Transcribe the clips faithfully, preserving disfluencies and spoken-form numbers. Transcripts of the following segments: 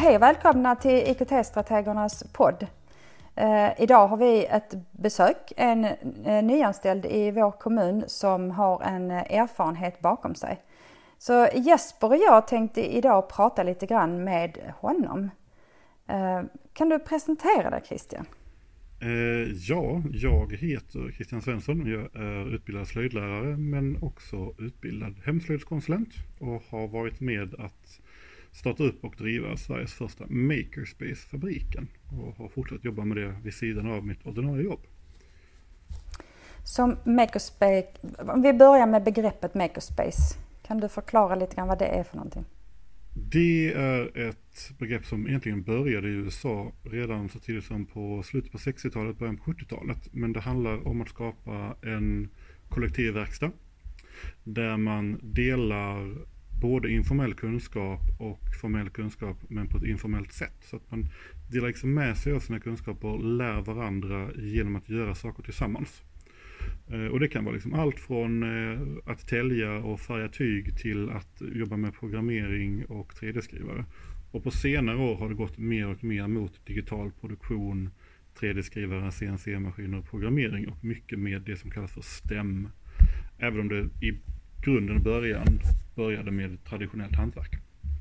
hej och välkomna till I K T-strategernas podd. Eh, idag har vi ett besök, en eh, nyanställd i vår kommun som har en erfarenhet bakom sig. Så Jesper och jag tänkte idag prata lite grann med honom. Eh, kan du presentera dig, Christian? Eh, ja, jag heter Christian Svensson. Jag är utbildad slöjdlärare men också utbildad hemslöjdskonsulent och har varit med att starta upp och driva Sveriges första Makerspace-fabriken och har fortsatt jobba med det vid sidan av mitt ordinarie jobb. Som Makerspace, om vi börjar med begreppet Makerspace, kan du förklara lite grann vad det är för någonting? Det är ett begrepp som egentligen började i U S A redan så tidigt som på slutet på sextiotalet, början på sjuttiotalet. Men det handlar om att skapa en kollektiv verkstad där man delar både informell kunskap och formell kunskap, men på ett informellt sätt. Så att man delar liksom med sig av sina kunskaper och lär varandra genom att göra saker tillsammans. Och det kan vara liksom allt från att tälja och färga tyg till att jobba med programmering och tre D-skrivare. Och på senare år har det gått mer och mer mot digital produktion, tre D-skrivare, C N C-maskiner, programmering och mycket med det som kallas för STEM. Även om det i grunden början började med traditionellt hantverk.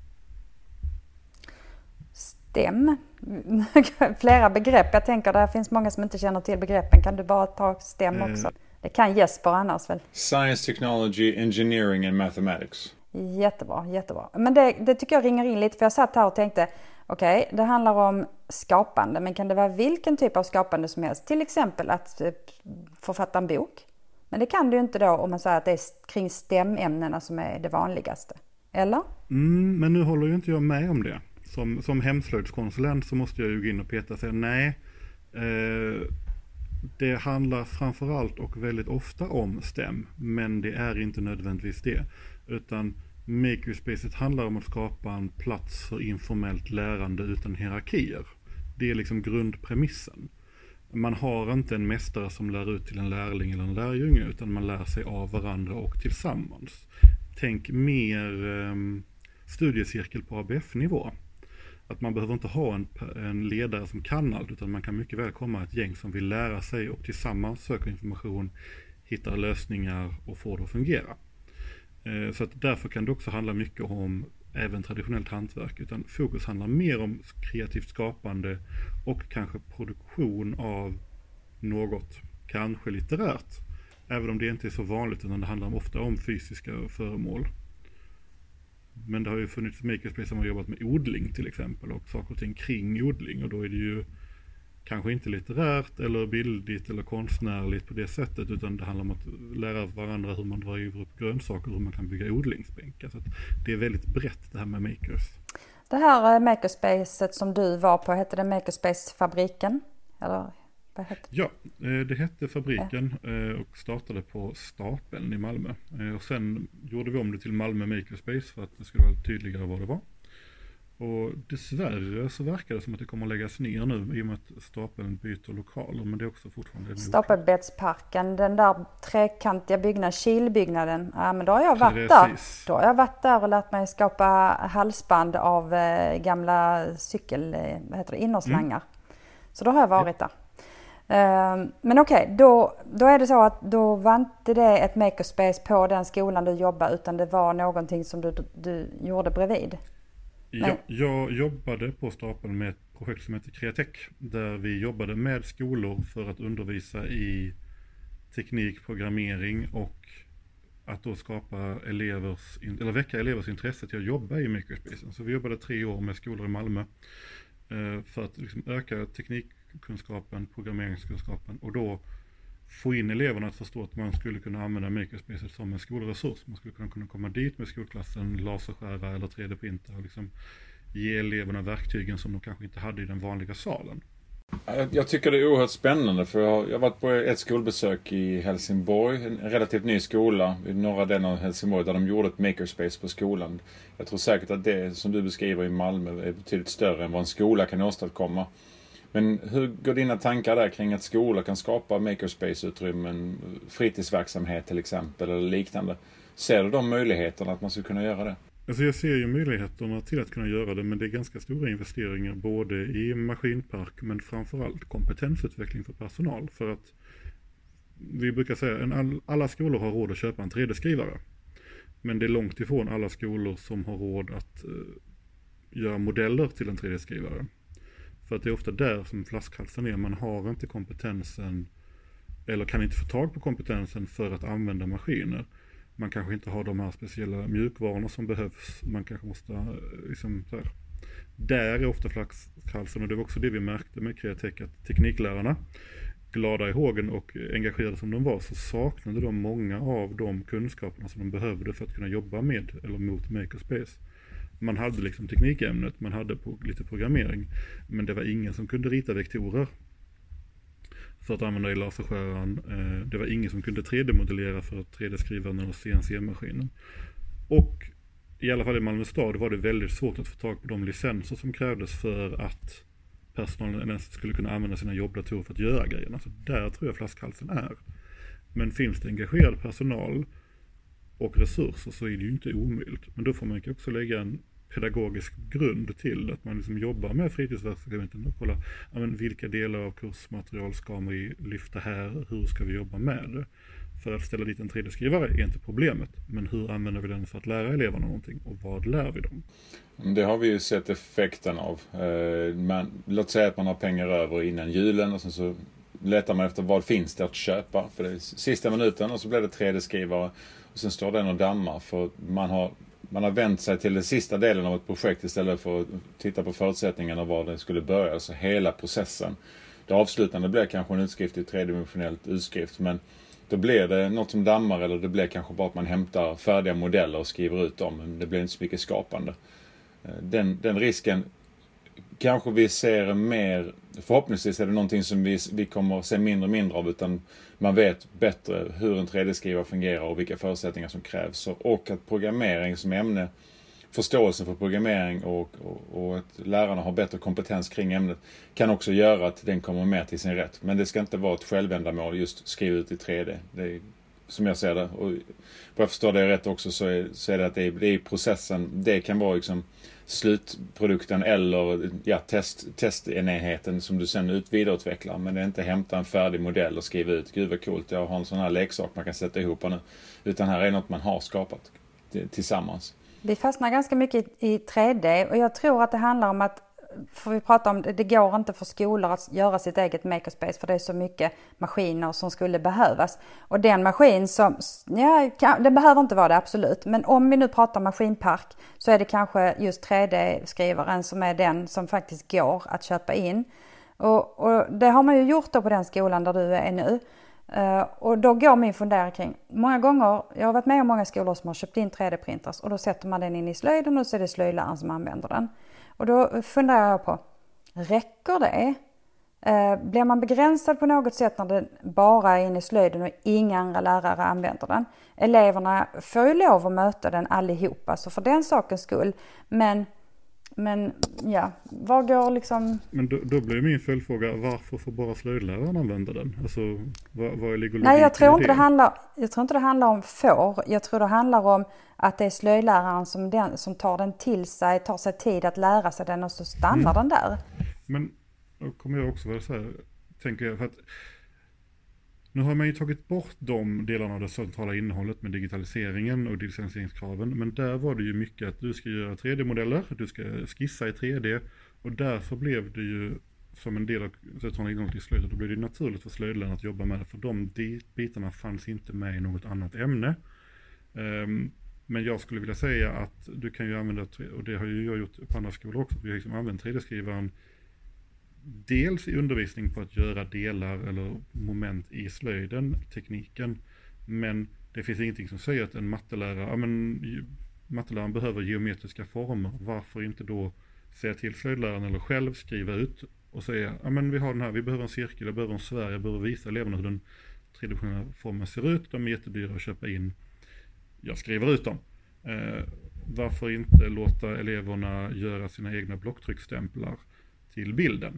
STEM, flera begrepp. Jag tänker att det finns många som inte känner till begreppen. Kan du bara ta STEM också? Det kan Jesper annars väl? Science, Technology, Engineering and Mathematics. Jättebra, jättebra. Men det, det tycker jag ringer in lite, för jag satt här och tänkte okej, okay, det handlar om skapande, men kan det vara vilken typ av skapande som helst? Till exempel att författa en bok. Men det kan du ju inte då om man säger att det är kring STEM-ämnena som är det vanligaste. Eller? Mm, men nu håller ju inte jag med om det. Som, som hemslöjdskonsulent så måste jag ju gå in och peta och säga nej. Eh, det handlar framförallt och väldigt ofta om STEM, men det är inte nödvändigtvis det. Utan Makerspacet handlar om att skapa en plats för informellt lärande utan hierarkier. Det är liksom grundpremissen. Man har inte en mästare som lär ut till en lärling eller en lärjunge, utan man lär sig av varandra och tillsammans. Tänk mer eh, studiecirkel på A B F-nivå. Att man behöver inte ha en, en ledare som kan allt, utan man kan mycket väl komma ett gäng som vill lära sig och tillsammans söka information, hitta lösningar och få det att fungera. Eh, så att därför kan det också handla mycket om även traditionellt hantverk, utan fokus handlar mer om kreativt skapande och kanske produktion av något, kanske litterärt. Även om det inte är så vanligt, utan det handlar ofta om fysiska föremål. Men det har ju funnits Makerspace som har jobbat med odling till exempel och saker och ting kring odling, och då är det ju kanske inte litterärt eller bildigt eller konstnärligt på det sättet, utan det handlar om att lära varandra hur man driver upp grönsaker, hur man kan bygga odlingsbänkar. Så att det är väldigt brett det här med makers. Det här Makerspacet som du var på, hette det Makerspace-fabriken? Eller vad hette det? Ja, det hette fabriken och startade på Stapeln i Malmö. Och sen gjorde vi om det till Malmö Makerspace för att det skulle vara tydligare vad det var. Och dessvärre så verkar det som att det kommer att läggas ner nu i och med att Stapeln byter lokaler, men det är också fortfarande Stapelbäddsparken, den där trekantiga byggnaden, Kilbyggnaden. Ja, men då har jag varit Precis. där. Då har jag varit där och lärt mig skapa halsband av eh, gamla cykel, vad heter det, innerslangar. Mm. Så då har jag varit ja. där. Uh, men okej, okay, då, då är det så att då var inte det ett Makerspace på den skolan du jobbade, utan det var någonting som du, du gjorde bredvid. Ja, jag jobbade på Stapeln med ett projekt som heter Kreatech, där vi jobbade med skolor för att undervisa i teknik, programmering och att då skapa elevers, eller väcka elevers intresse till att jobba i Makerspace. Så vi jobbade tre år med skolor i Malmö för att liksom öka teknikkunskapen, programmeringskunskapen och då få in eleverna att förstå att man skulle kunna använda Makerspace som en skolresurs. Man skulle kunna komma dit med skolklassen, laserskära eller tre D-printa och liksom ge eleverna verktygen som de kanske inte hade i den vanliga salen. Jag, jag tycker det är oerhört spännande, för jag har, jag har varit på ett skolbesök i Helsingborg, en relativt ny skola i norra delen av Helsingborg, där de gjorde ett Makerspace på skolan. Jag tror säkert att det som du beskriver i Malmö är betydligt större än vad en skola kan åstadkomma. Men hur går dina tankar där kring att skolor kan skapa Makerspace-utrymmen, fritidsverksamhet till exempel eller liknande? Ser du de möjligheterna att man skulle kunna göra det? Alltså jag ser ju möjligheterna till att kunna göra det, men det är ganska stora investeringar både i maskinpark men framförallt kompetensutveckling för personal. För att vi brukar säga att alla skolor har råd att köpa en tre D-skrivare. Men det är långt ifrån alla skolor som har råd att uh, göra modeller till en tre D-skrivare. För att det är ofta där som flaskhalsen är. Man har inte kompetensen eller kan inte få tag på kompetensen för att använda maskiner. Man kanske inte har de här speciella mjukvarorna som behövs. Man kanske måste liksom så här. Där är ofta flaskhalsen, och det var också det vi märkte med Createch, att tekniklärarna, glada i hågen och engagerade som de var, så saknade de många av de kunskaperna som de behövde för att kunna jobba med eller mot Makerspace. Man hade liksom teknikämnet, man hade på, lite programmering, men det var ingen som kunde rita vektorer för att använda i laserskäraren. Det var ingen som kunde tre D-modellera för att tre D-skrivaren eller C N C-maskinen. Och i alla fall i Malmö stad var det väldigt svårt att få tag på de licenser som krävdes för att personalen ens skulle kunna använda sina jobbdatorer för att göra grejerna. Så där tror jag flaskhalsen är. Men finns det engagerad personal och resurser så är det ju inte omöjligt. Men då får man ju också lägga en pedagogisk grund till att man liksom jobbar med fritidsverksamheten och kolla ja, men vilka delar av kursmaterial ska vi lyfta här, hur ska vi jobba med det. För att ställa dit en tre D-skrivare är inte problemet, men hur använder vi den för att lära eleverna någonting och vad lär vi dem? Det har vi ju sett effekten av. Man, låt säga att man har pengar över innan julen och sen så letar man efter vad finns det att köpa för det är sista minuten och så blir det tre D-skrivare och sen står den och dammar för man har Man har vänt sig till den sista delen av ett projekt istället för att titta på förutsättningarna och var det skulle börja. Alltså hela processen. Det avslutande blir kanske en utskrift i tredimensionellt utskrift. Men då blir det något som dammar eller det blir kanske bara att man hämtar färdiga modeller och skriver ut dem. Men det blir inte så mycket skapande. Den, den risken kanske vi ser mer, förhoppningsvis är det någonting som vi, vi kommer att se mindre och mindre av, utan man vet bättre hur en tre D-skrivare fungerar och vilka förutsättningar som krävs. Och att programmering som ämne, förståelse för programmering och, och, och att lärarna har bättre kompetens kring ämnet kan också göra att den kommer mer till sin rätt. Men det ska inte vara ett självändamål just skriva ut i tre D. Det är, som jag ser det, och vad jag förstår det rätt också, så är, så är det att det är, det är processen, det kan vara liksom slutprodukten eller ja, test, testenheten som du sen ut, vidareutvecklar, men det är inte hämta en färdig modell och skriva ut, gud vad coolt, jag har en sån här leksak man kan sätta ihop nu, utan här är något man har skapat tillsammans. Vi fastnar ganska mycket i tre D och jag tror att det handlar om att, för vi pratar om det, det går inte för skolor att göra sitt eget makerspace för det är så mycket maskiner som skulle behövas. Och den maskin som, ja, det behöver inte vara det absolut, men om vi nu pratar maskinpark så är det kanske just tre D-skrivaren som är den som faktiskt går att köpa in. Och, och det har man ju gjort då på den skolan där du är nu. Uh, och då går min fundering kring, många gånger, jag har varit med om många skolor som har köpt in tre D-printers och då sätter man den in i slöjden och så är det slöjdläraren som använder den. Och då funderar jag på, räcker det? Uh, blir man begränsad på något sätt när den bara är inne i slöjden och inga andra lärare använder den? Eleverna får ju lov att möta den allihopa, så för den sakens skull, men Men ja, vad går liksom... Men då, då blir min följdfråga, varför får bara slöjdläraren använda den? Alltså, vad, vad är legologiken? Nej, jag tror, inte det handlar, jag tror inte det handlar om får. Jag tror det handlar om att det är slöjdläraren som, den, som tar den till sig, tar sig tid att lära sig den och så stannar mm. den där. Men då kommer jag också vara så här, tänker jag, för att nu har man ju tagit bort de delarna av det centrala innehållet med digitaliseringen och licensieringskraven. Men där var det ju mycket att du ska göra tre D-modeller, du ska skissa i tre D. Och därför blev det ju som en del av centrala innehållet i slöjden. Då blev det naturligt för slöjdlärarna att jobba med det. För de bitarna fanns inte med i något annat ämne. Um, men jag skulle vilja säga att du kan ju använda, och det har ju jag gjort på andra skolor också, vi har liksom använt tre D-skrivaren dels i undervisning på att göra delar eller moment i slöjden, tekniken, men det finns ingenting som säger att en mattelärare, ja men matteläraren behöver geometriska former, varför inte då säga till slöjdläraren eller själv skriva ut och säga, ja men vi har den här, vi behöver en cirkel, jag behöver en sfär, jag behöver visa eleverna hur den tredimensionella formen ser ut, de är jättedyra att köpa in, jag skriver ut dem. Eh, varför inte låta eleverna göra sina egna blocktryckstämplar till bilden?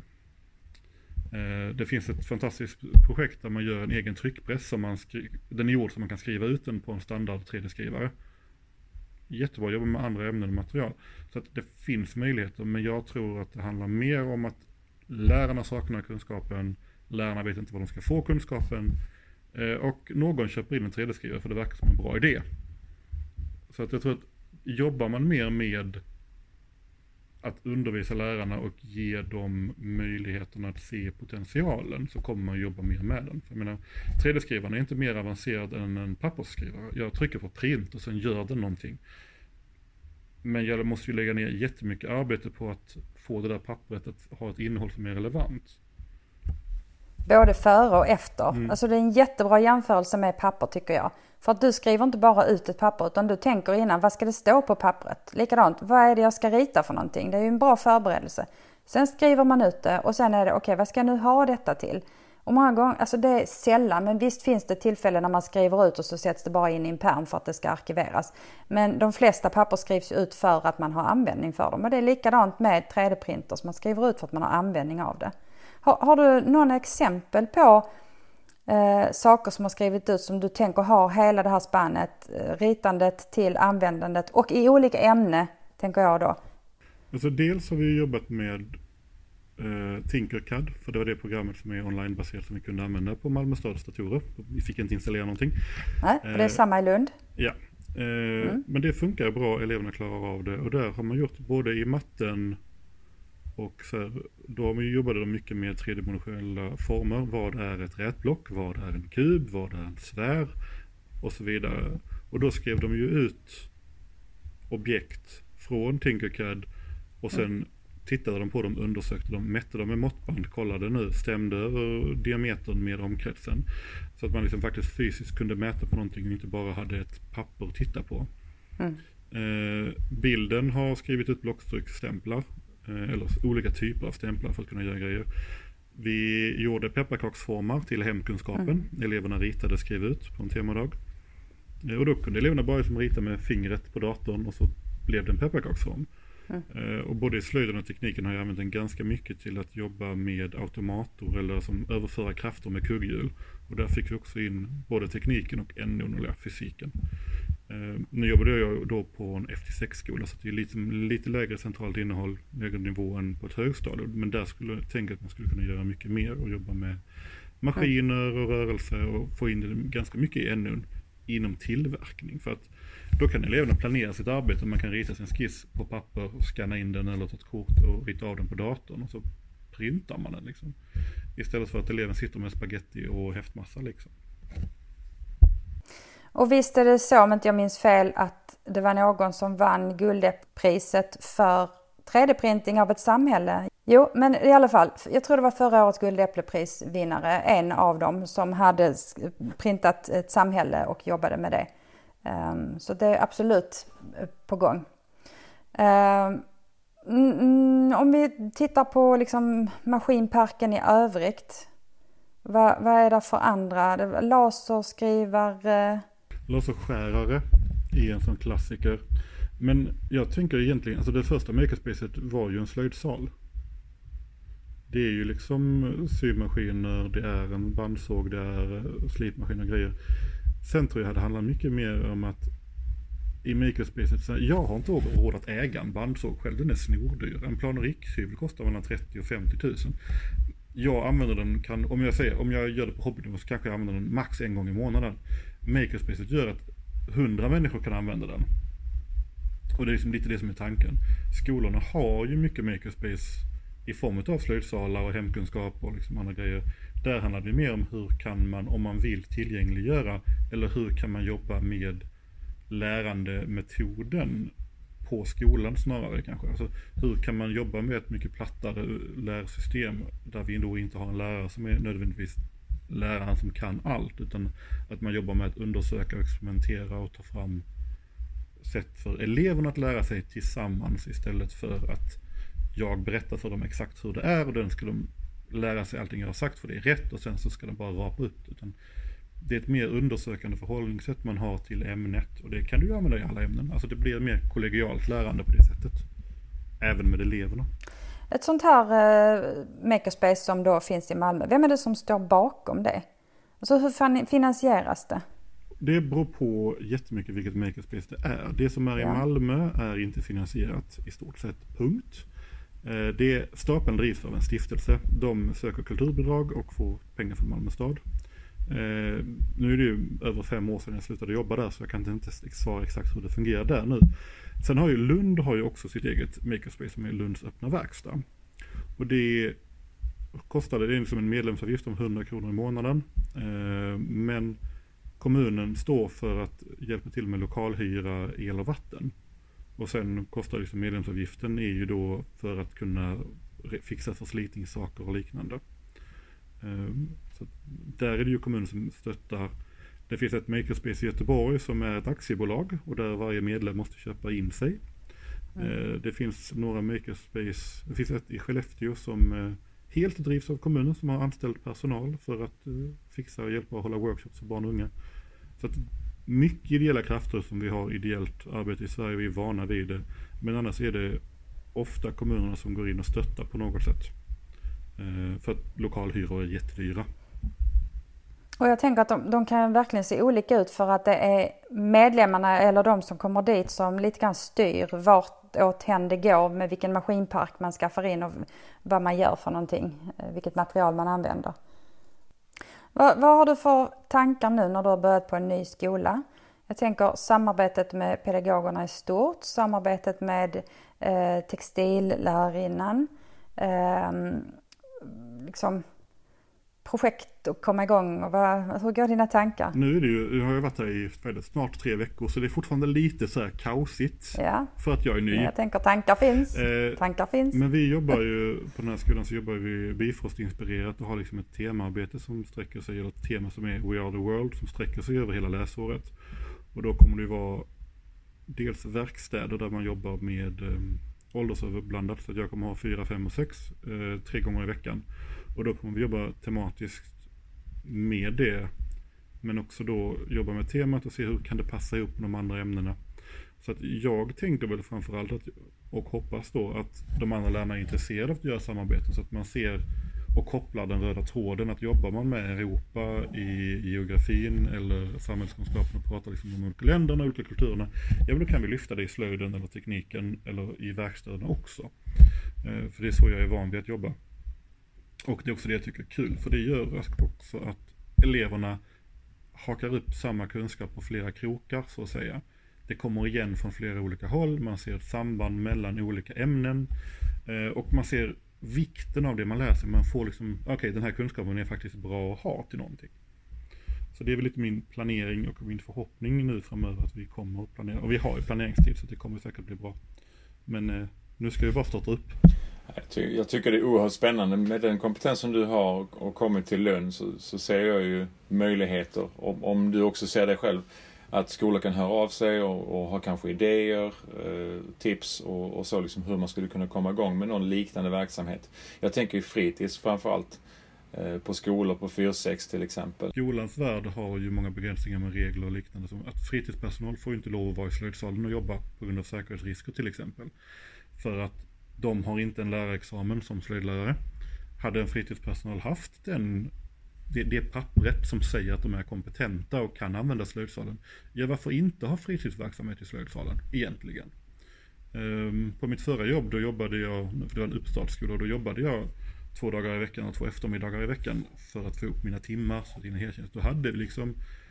Det finns ett fantastiskt projekt där man gör en egen tryckpress som man skri- den är gjord så man kan skriva ut den på en standard tre D-skrivare. jättebra att jobba med andra ämnen och material. Så att det finns möjligheter, men jag tror att det handlar mer om att lärarna saknar kunskapen, lärarna vet inte vad de ska få kunskapen, och någon köper in en tre D-skrivare för det verkar som en bra idé. Så att jag tror att jobbar man mer med att undervisa lärarna och ge dem möjligheten att se potentialen, så kommer man jobba mer med den. För jag menar, tre D-skrivaren är inte mer avancerad än en pappersskrivare. Jag trycker på print och sen gör den någonting. Men jag måste ju lägga ner jättemycket arbete på att få det där pappret att ha ett innehåll som är relevant. Både före och efter. Mm. Alltså det är en jättebra jämförelse med papper tycker jag. För att du skriver inte bara ut ett papper utan du tänker innan, vad ska det stå på pappret? Likadant, vad är det jag ska rita för någonting? Det är ju en bra förberedelse. Sen skriver man ut det och sen är det, okej, okay, vad ska jag nu ha detta till? Och många gånger, alltså det är sällan, men visst finns det tillfällen när man skriver ut och så sätts det bara in i en pärm för att det ska arkiveras. Men de flesta papper skrivs ut för att man har användning för dem. Och det är likadant med tre D-printers, man skriver ut för att man har användning av det. Har, har du någon exempel på eh, saker som har skrivit ut som du tänker har hela det här spannet, eh, ritandet till användandet och i olika ämnen, tänker jag då? Alltså dels har vi jobbat med eh, Tinkercad, för det var det programmet som är onlinebaserat som vi kunde använda på Malmö stads datorer. Vi fick inte installera någonting. Nej, för det är eh, samma i Lund. Ja, eh, mm. men det funkar bra, eleverna klarar av det. Och där har man gjort både i matten och så här, då jobbade de mycket med tredimensionella former. Vad är ett rätblock? Vad är en kub? Vad är en sfär? Och så vidare. Och då skrev de ju ut objekt från Tinkercad och sen mm. tittade de på dem, undersökte dem, mätte dem med måttband, kollade nu, stämde diametern med omkretsen. Så att man liksom faktiskt fysiskt kunde mäta på någonting och inte bara hade ett papper att titta på. Mm. Eh, bilden har skrivit ut blockstrycksstämplar. Eller olika typer av stämplar för att kunna göra grejer. Vi gjorde pepparkaksformar till hemkunskapen. Mm. Eleverna ritade och skrev ut på en temadag. Och då kunde eleverna bara som rita med fingret på datorn och så blev det en pepparkaksform. Mm. Och både i slöjden och tekniken har jag använt den ganska mycket till att jobba med automator eller som överföra krafter med kugghjul. Och där fick vi också in både tekniken och N O, eller fysiken. Uh, nu jobbade jag då på en F T sex-skola så det är lite, lite lägre centralt innehåll, lägre nivå än på ett högstadium. Men där skulle jag tänka att man skulle kunna göra mycket mer och jobba med maskiner och rörelse och få in det ganska mycket i N O inom tillverkning. För att då kan eleverna planera sitt arbete och man kan rita sin skiss på papper och scanna in den eller ta ett kort och rita av den på datorn och så printar man den liksom. Istället för att eleven sitter med spaghetti och häftmassa liksom. Och visst är det så, om inte jag minns fel, att det var någon som vann Guldäpplepriset för tre D-printing av ett samhälle. Jo, men i alla fall, jag tror det var förra årets Guldäppleprisvinnare, en av dem som hade printat ett samhälle och jobbade med det. Um, så det är absolut på gång. Um, mm, om vi tittar på liksom maskinparken i övrigt, vad, vad är det för andra? Laserskrivare? Laserskärare är en sån klassiker. Men jag tänker egentligen, alltså det första makerspacet var ju en slöjdsal. Det är ju liksom symaskiner, det är en bandsåg, det är slipmaskiner och grejer. Sen tror jag det handlar mycket mer om att i makerspacet, så jag har inte råd att äga en bandsåg själv, den är snordyr. En planerikshyvel kostar mellan trettio och femtio tusen. Jag använder den, kan, om jag säger, om jag gör det på hobbynivå så kanske jag använder den max en gång i månaden. Makerspacet gör att hundra människor kan använda den. Och det är liksom lite det som är tanken. Skolorna har ju mycket makerspace i form av slöjdsalar och hemkunskap och liksom andra grejer. Där handlar det mer om hur kan man, om man vill, tillgängliggöra eller hur kan man jobba med lärandemetoden på skolan snarare kanske. Alltså, hur kan man jobba med ett mycket plattare lärsystem där vi då inte har en lärare som är nödvändigtvis läraren som kan allt, utan att man jobbar med att undersöka och experimentera och ta fram sätt för eleverna att lära sig tillsammans istället för att jag berättar för dem exakt hur det är och den ska de lära sig allting jag har sagt för det är rätt och sen så ska de bara rapa upp. Utan det är ett mer undersökande förhållningssätt man har till ämnet och det kan du använda i alla ämnen. Alltså det blir mer kollegialt lärande på det sättet. Även med eleverna. Ett sånt här uh, makerspace som då finns i Malmö, vem är det som står bakom det? Alltså hur finansieras det? det beror på jättemycket vilket makerspace det är. Det som är i Malmö är inte finansierat i stort sett, punkt. Det, stapeln drivs av en stiftelse. De söker kulturbidrag och får pengar från Malmö stad. Eh, nu är det ju över fem år sedan jag slutade jobba där, så jag kan inte svara exakt hur det fungerar där nu. Sen har ju Lund har ju också sitt eget makerspace som är Lunds öppna verkstad. Och det kostade, det är liksom en medlemsavgift om hundra kronor i månaden. Eh, men kommunen står för att hjälpa till med lokalhyra, el och vatten. Och sen kostar liksom medlemsavgiften är ju då för att kunna fixa förslitningssaker och liknande. Så där är det ju kommunen som stöttar. Det finns ett makerspace i Göteborg som är ett aktiebolag och där varje medlem måste köpa in sig. Mm. Det finns några makerspace, det finns ett i Skellefteå som helt drivs av kommunen som har anställd personal för att fixa och hjälpa och hålla workshops för barn och unga. Så att mycket ideella krafter som vi har ideellt arbete i Sverige, vi är vana vid det. Men annars är det ofta kommunerna som går in och stöttar på något sätt. Eh, för att lokalhyror är jättedyra. Och jag tänker att de, de kan verkligen se olika ut för att det är medlemmarna eller de som kommer dit som lite grann styr vart åt hän det går med vilken maskinpark man skaffar in och vad man gör för någonting, vilket material man använder. Vad, vad har du för tankar nu när du har börjat på en ny skola? Jag tänker samarbetet med pedagogerna är stort, samarbetet med eh, textillärarinnan, eh, liksom projekt att komma igång. Och vad, hur går dina tankar? Nu är det ju, jag har ju varit här i snart tre veckor så det är fortfarande lite så här kaosigt ja. För att jag är ny. Jag tänker tankar finns. Eh, tankar finns. Men vi jobbar ju, på den här skolan så jobbar vi Bifrost-inspirerat och har liksom ett temaarbete som sträcker sig, eller ett tema som är We Are The World som sträcker sig över hela läsåret. Och då kommer det ju vara dels verkstäder där man jobbar med eh, åldersöverblandat, så att jag kommer ha fyra, fem och sex eh, tre gånger i veckan. Och då kommer vi jobba tematiskt med det. Men också då jobba med temat och se hur kan det passa ihop med de andra ämnena. Så att jag tänker väl framförallt att, och hoppas då att de andra lärarna är intresserade av att göra samarbeten. Så att man ser och kopplar den röda tråden. Att jobbar man med Europa i geografin eller samhällskunskapen och pratar liksom om olika länderna och olika kulturerna. Ja, men då kan vi lyfta det i slöjden eller tekniken eller i verkstäderna också. Eh, för det är så jag är van vid att jobba. Och det är också det jag tycker är kul, för det gör också att eleverna hakar upp samma kunskap på flera krokar så att säga. Det kommer igen från flera olika håll, man ser ett samband mellan olika ämnen eh, och man ser vikten av det man lär sig. Man får liksom, okej okay, den här kunskapen är faktiskt bra att ha till någonting. Så det är väl lite min planering och min förhoppning nu framöver att vi kommer att planera. Och vi har ju planeringstid så det kommer säkert bli bra. Men eh, nu ska vi bara starta upp. Jag, ty- jag tycker det är oerhört spännande. Med den kompetens som du har och kommit till Lund så, så ser jag ju möjligheter. Om, om du också ser dig själv att skolan kan höra av sig och, och ha kanske idéer, eh, tips och, och så liksom hur man skulle kunna komma igång med någon liknande verksamhet. Jag tänker ju fritids framförallt. På skolor på fyra sex till exempel. Skolans värld har ju många begränsningar med regler och liknande. Som att fritidspersonal får ju inte lov att vara i slöjdsalen och jobba på grund av säkerhetsrisker till exempel. För att de har inte en lärarexamen som slöjdlärare. Hade en fritidspersonal haft den, det, det pappret som säger att de är kompetenta och kan använda slöjdsalen. Ja, varför inte ha fritidsverksamhet i slöjdsalen egentligen? Um, på mitt förra jobb då jobbade jag, för det var en uppstartsskola, och då jobbade jag två dagar i veckan och två eftermiddagar i veckan för att få upp mina timmar så till en heltjänst. Då hade vi liksom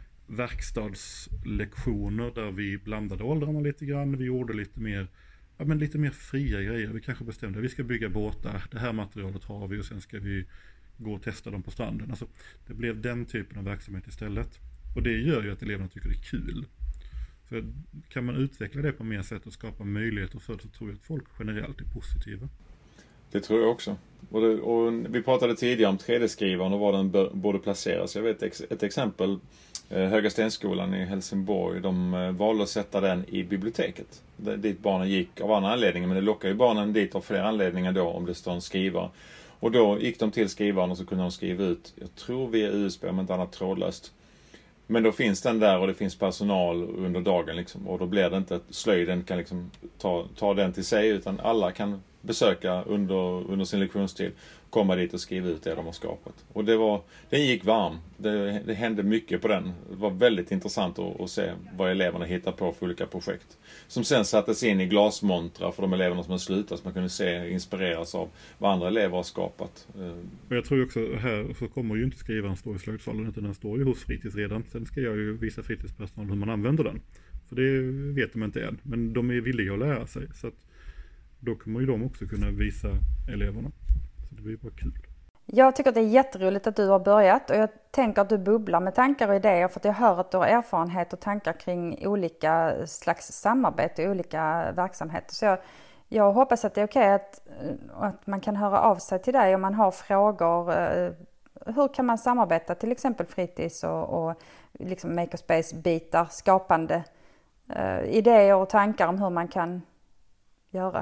verkstadslektioner där vi blandade åldrarna lite grann. Vi gjorde lite mer, ja, men lite mer fria grejer. Vi kanske bestämde att vi ska bygga båtar. Det här materialet har vi och sen ska vi gå och testa dem på stranden. Alltså, det blev den typen av verksamhet istället. Och det gör ju att eleverna tycker det är kul. Så kan man utveckla det på mer sätt och skapa möjligheter för det, så tror jag att folk generellt är positiva. Det tror jag också. Och, det, och vi pratade tidigare om tre D-skrivaren och var den bör, borde placeras. Jag vet ex, ett exempel. Eh, Höga Stenskolan i Helsingborg. De eh, valde att sätta den i biblioteket. Det, dit barnen gick av andra anledningar. Men det lockar ju barnen dit av flera anledningar då om det står en skrivare. Och då gick de till skrivaren och så kunde de skriva ut. Jag tror via U S B om inte annat trådlöst. Men då finns den där och det finns personal under dagen liksom. Och då blir det inte att slöjden kan liksom ta, ta den till sig utan alla kan besöka under, under sin lektionstid. Komma dit och skriva ut det de har skapat. Och det var, den gick varm. Det, det hände mycket på den. Det var väldigt intressant att, att se vad eleverna hittar på för olika projekt. Som sen sattes in i glasmontrar för de eleverna som har slutat. Så man kunde se, inspireras av vad andra elever har skapat. Och jag tror också här så kommer ju inte skrivaren stå i slöjdsalen, utan den står ju hos fritids redan. Sen ska jag ju visa fritidspersonal hur man använder den. För det vet de inte än. Men de är villiga att lära sig. Så att då kommer ju de också kunna visa eleverna. Så det blir bara kul. Jag tycker att det är jätteroligt att du har börjat. Och jag tänker att du bubblar med tankar och idéer. För att jag hör att du har erfarenhet och tankar kring olika slags samarbete och olika verksamheter. Så jag, jag hoppas att det är okej att, att man kan höra av sig till dig om man har frågor. Hur kan man samarbeta? Till exempel fritids och, och liksom makerspace-bitar, skapande uh, idéer och tankar om hur man kan göra.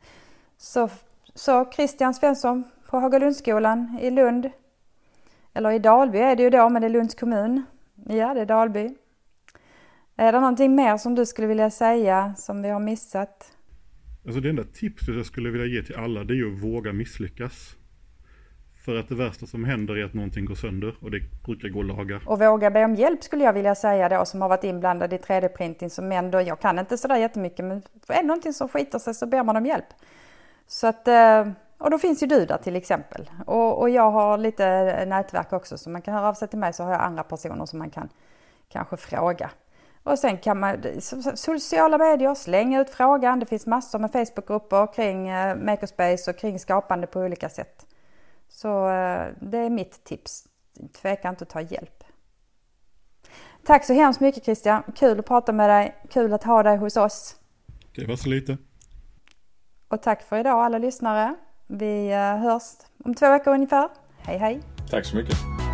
Så, så Christian Svensson på Hagalundsskolan i Lund, eller i Dalby är det ju då, men det är Lunds kommun. Ja, det är Dalby. Är det någonting mer som du skulle vilja säga som vi har missat? Alltså det enda tipset jag skulle vilja ge till alla, det är ju att våga misslyckas. För att det värsta som händer är att någonting går sönder, och det brukar gå att laga. Och våga be om hjälp skulle jag vilja säga då, som har varit inblandad i tre D-printing som ändå, jag kan inte sådär jättemycket, men är det någonting som skiter sig så ber man om hjälp. Så att, och då finns ju du där till exempel. Och, och jag har lite nätverk också, så man kan höra av sig till mig, så har jag andra personer som man kan kanske fråga. Och sen kan man, sociala medier, slänga ut frågan. Det finns massor med Facebookgrupper kring Makerspace och kring skapande på olika sätt. Så det är mitt tips. Tveka inte att ta hjälp. Tack så hemskt mycket Christian. Kul att prata med dig. Kul att ha dig hos oss. Det var så lite. Och tack för idag alla lyssnare. Vi hörs om två veckor ungefär. Hej hej. Tack så mycket.